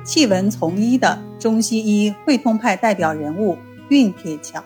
弃文从医的中西医汇通派代表人物运铁桥。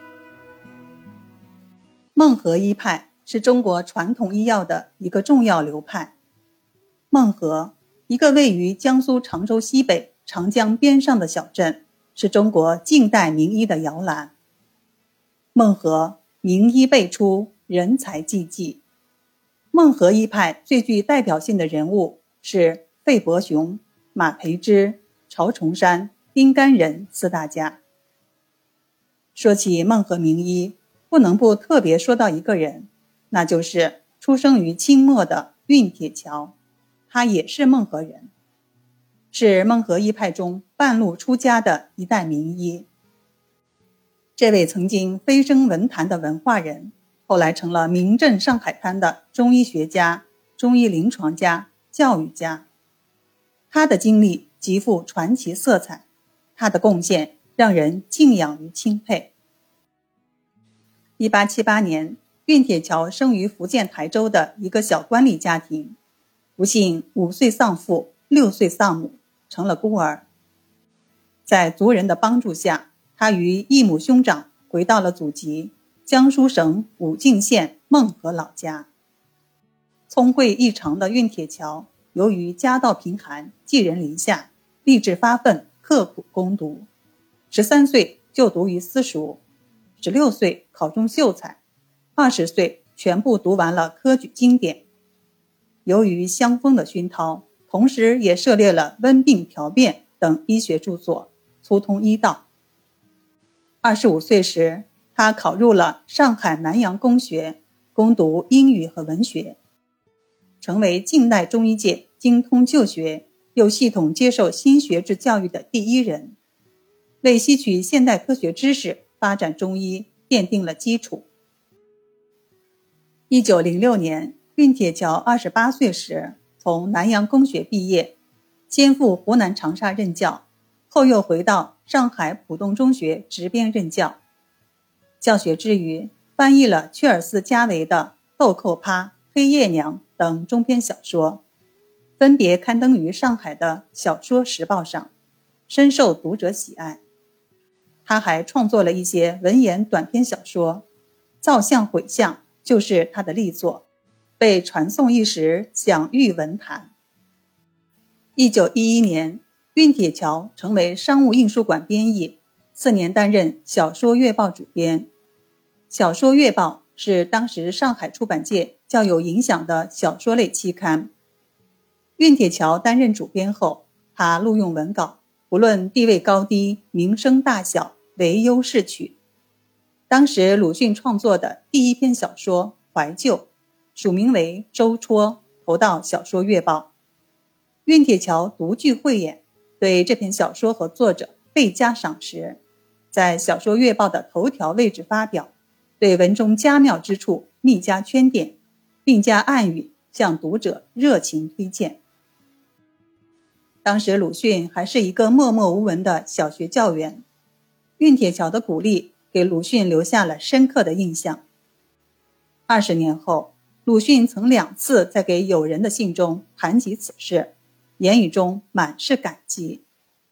孟和医派是中国传统医药的一个重要流派。孟和，一个位于江苏常州西北长江边上的小镇，是中国近代名医的摇篮。孟和名医辈出，人才济济。孟和医派最具代表性的人物是费伯雄、马培之、曹崇山、丁甘仁四大家。说起孟和名医，不能不特别说到一个人，那就是出生于清末的运铁桥，他也是孟和人，是孟和医派中半路出家的一代名医。这位曾经飞升文坛的文化人，后来成了名震上海滩的中医学家、中医临床家、教育家。他的经历极富传奇色彩，他的贡献让人敬仰与钦佩。1878年，运铁桥生于福建台州的一个小官吏家庭，不幸5岁丧父，6岁丧母，成了孤儿。在族人的帮助下，他与异母兄长回到了祖籍江苏省武进县孟和老家。聪慧异常的运铁桥，由于家道贫寒，寄人篱下，立志发奋，刻苦攻读。13岁就读于私塾，16岁考中秀才，20岁全部读完了科举经典。由于乡风的熏陶，同时也涉猎了温病调变等医学著作，粗通医道。25岁时，他考入了上海南洋公学，攻读英语和文学，成为近代中医界精通旧学又系统接受新学制教育的第一人，为吸取现代科学知识发展中医奠定了基础。1906年，运铁桥28岁时从南洋公学毕业，先赴湖南长沙任教，后又回到上海浦东中学执编任教。教学之余，翻译了屈尔斯加维的《豆蔻趴》《黑夜娘》等中篇小说，分别刊登于上海的小说时报上，深受读者喜爱。他还创作了一些文言短篇小说，《造像毁像》就是他的力作，被传颂一时，享誉文坛。1911年，运铁桥成为商务印书馆编译，4年担任小说月报主编。小说月报是当时上海出版界较有影响的小说类期刊。运铁桥担任主编后，他录用文稿，不论地位高低、名声大小，唯优是取。当时鲁迅创作的第一篇小说《怀旧》，署名为周戳，投到小说月报。运铁桥独具慧眼，对这篇小说和作者倍加赏识，在小说月报的头条位置发表，对文中佳妙之处密加圈点，并加暗语向读者热情推荐。当时鲁迅还是一个默默无闻的小学教员，运铁桥的鼓励给鲁迅留下了深刻的印象。20年后，鲁迅曾2次在给友人的信中谈及此事，言语中满是感激。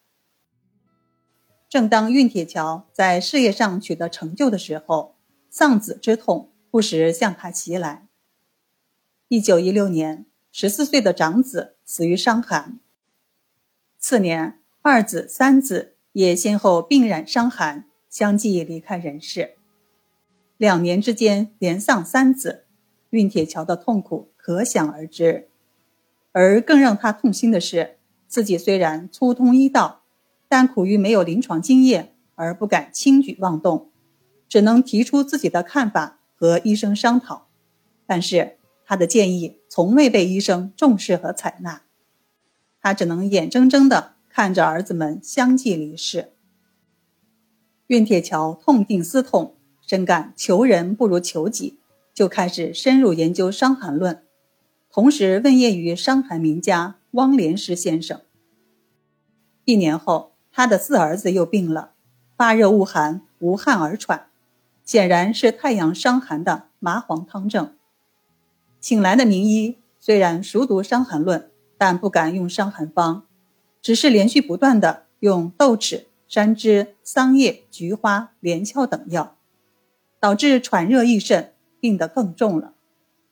正当运铁桥在事业上取得成就的时候，丧子之痛不时向他袭来。1916年，14岁的长子死于伤寒，次年2子3子也先后病染伤寒，相继离开人世。2年之间连丧3子，运铁桥的痛苦可想而知。而更让他痛心的是，自己虽然粗通医道，但苦于没有临床经验，而不敢轻举妄动，只能提出自己的看法和医生商讨，但是他的建议从未被医生重视和采纳，他只能眼睁睁地看着儿子们相继离世。运铁桥痛定思痛，深感求人不如求己，就开始深入研究《伤寒论》，同时问业于伤寒名家汪连师先生。1年后，他的4儿子又病了，发热恶寒，无汗而喘，显然是太阳伤寒的麻黄汤症。请来的名医虽然熟读《伤寒论》，但不敢用伤寒方， 只是连续不断地用豆豉、山栀、桑叶、菊花、连翘等药，导致喘热益甚，病得更重了。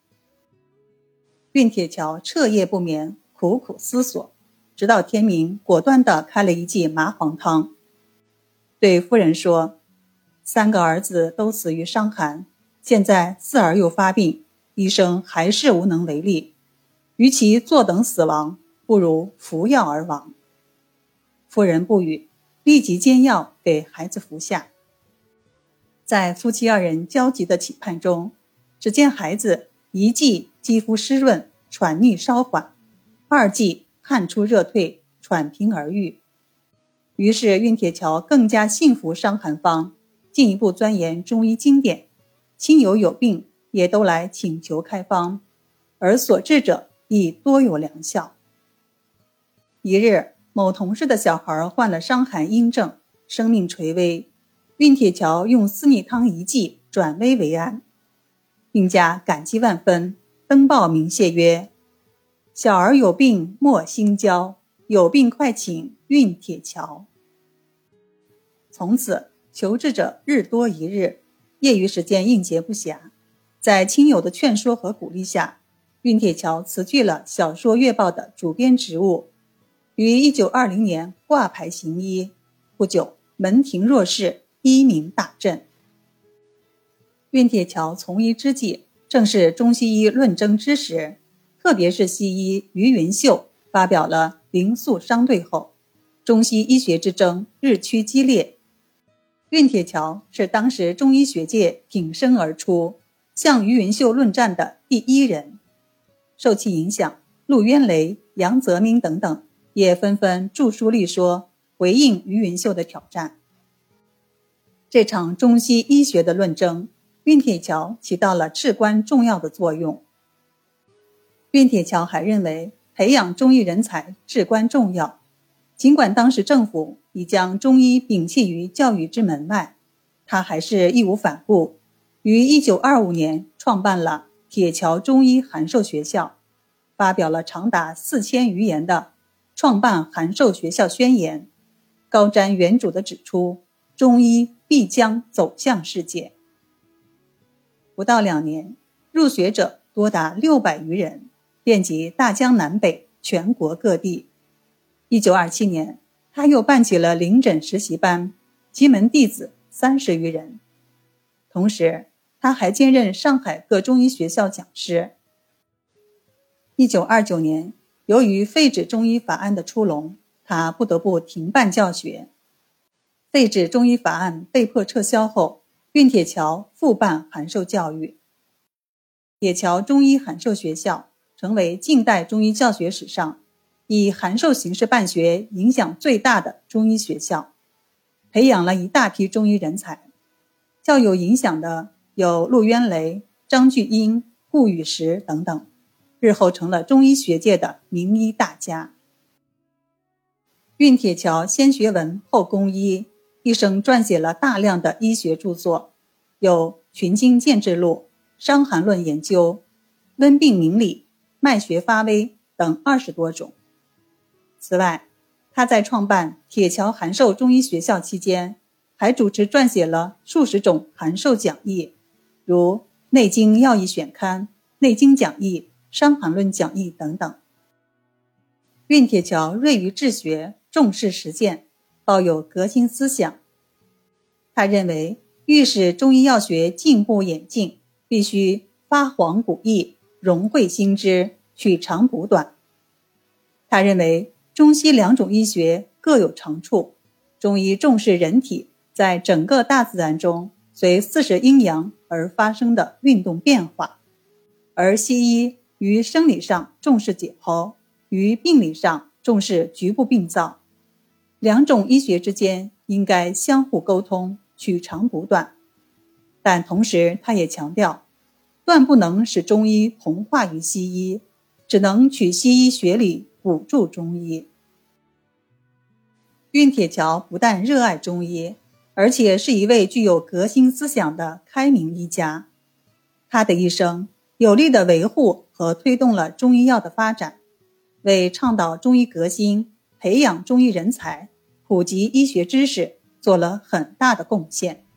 运铁桥彻夜不眠，苦苦思索，直到天明，果断地开了一剂麻黄汤，对夫人说：“3个儿子都死于伤寒，现在4儿又发病，医生还是无能为力，与其坐等死亡，不如服药而亡。”夫人不语，立即煎药给孩子服下。在夫妻2人焦急的期盼中，只见孩子1剂肌肤湿润，喘逆稍缓；2剂汗出热退，喘平而愈。于是运铁桥更加信服伤寒方，进一步钻研中医经典，亲友有病也都来请求开方，而所治者亦多有良效。一日，某同事的小孩患了伤寒阴症，生命垂危，运铁桥用四逆汤1剂转危为安。病家感激万分，登报明谢曰：“小儿有病莫心焦，有病快请运铁桥。”从此求治者日多一日，业余时间应节不暇。在亲友的劝说和鼓励下，运铁桥辞去了小说月报的主编职务，于1920年挂牌行医，不久门庭若市，医名大振。运铁桥从医之际，正是中西医论争之时，特别是西医于云秀发表了灵素商对后，中西医学之争日趋激烈。运铁桥是当时中医学界挺身而出，向于云秀论战的第一人。受其影响，陆渊雷、杨泽民等等也纷纷著书立说，回应于云秀的挑战。这场中西医学的论争，运铁桥起到了至关重要的作用。运铁桥还认为培养中医人才至关重要，尽管当时政府已将中医摒弃于教育之门外，他还是义无反顾，于1925年创办了铁桥中医函授学校，发表了长达4000余言的创办函授学校宣言，高瞻远瞩地指出中医必将走向世界。不到2年，入学者多达600余人，遍及大江南北，全国各地。1927年，他又办起了临诊实习班，其门弟子30余人。同时，他还兼任上海各中医学校讲师。1929年，由于废止中医法案的出笼，他不得不停办教学。废止中医法案被迫撤销后，运铁桥复办函授教育。铁桥中医函授学校成为近代中医教学史上以函授形式办学影响最大的中医学校，培养了一大批中医人才。较有影响的有陆渊雷、张巨英、顾宇时等等，日后成了中医学界的名医大家。运铁桥先学文后攻医，一生撰写了大量的医学著作，有《群经见治录》、伤寒论研究、温病明理、脉学发微等20多种。此外，他在创办铁桥函授中医学校期间，还主持撰写了数十种函授讲义，如《内经要义选刊》、《内经讲义》、《伤寒论讲义》等等。运铁桥锐于治学，重视实践，抱有革新思想。他认为，欲使中医药学进步演进，必须发黄古义，融会新知，取长补短。他认为中西2种医学各有长处，中医重视人体在整个大自然中随40阴阳而发生的运动变化，而西医于生理上重视解剖，于病理上重视局部病灶。2种医学之间应该相互沟通，取长补短。但同时他也强调，断不能使中医同化于西医，只能取西医学理补助中医。运铁桥不但热爱中医，而且是一位具有革新思想的开明医家。他的一生有力地维护和推动了中医药的发展，为倡导中医革新培养中医人才、普及医学知识做了很大的贡献。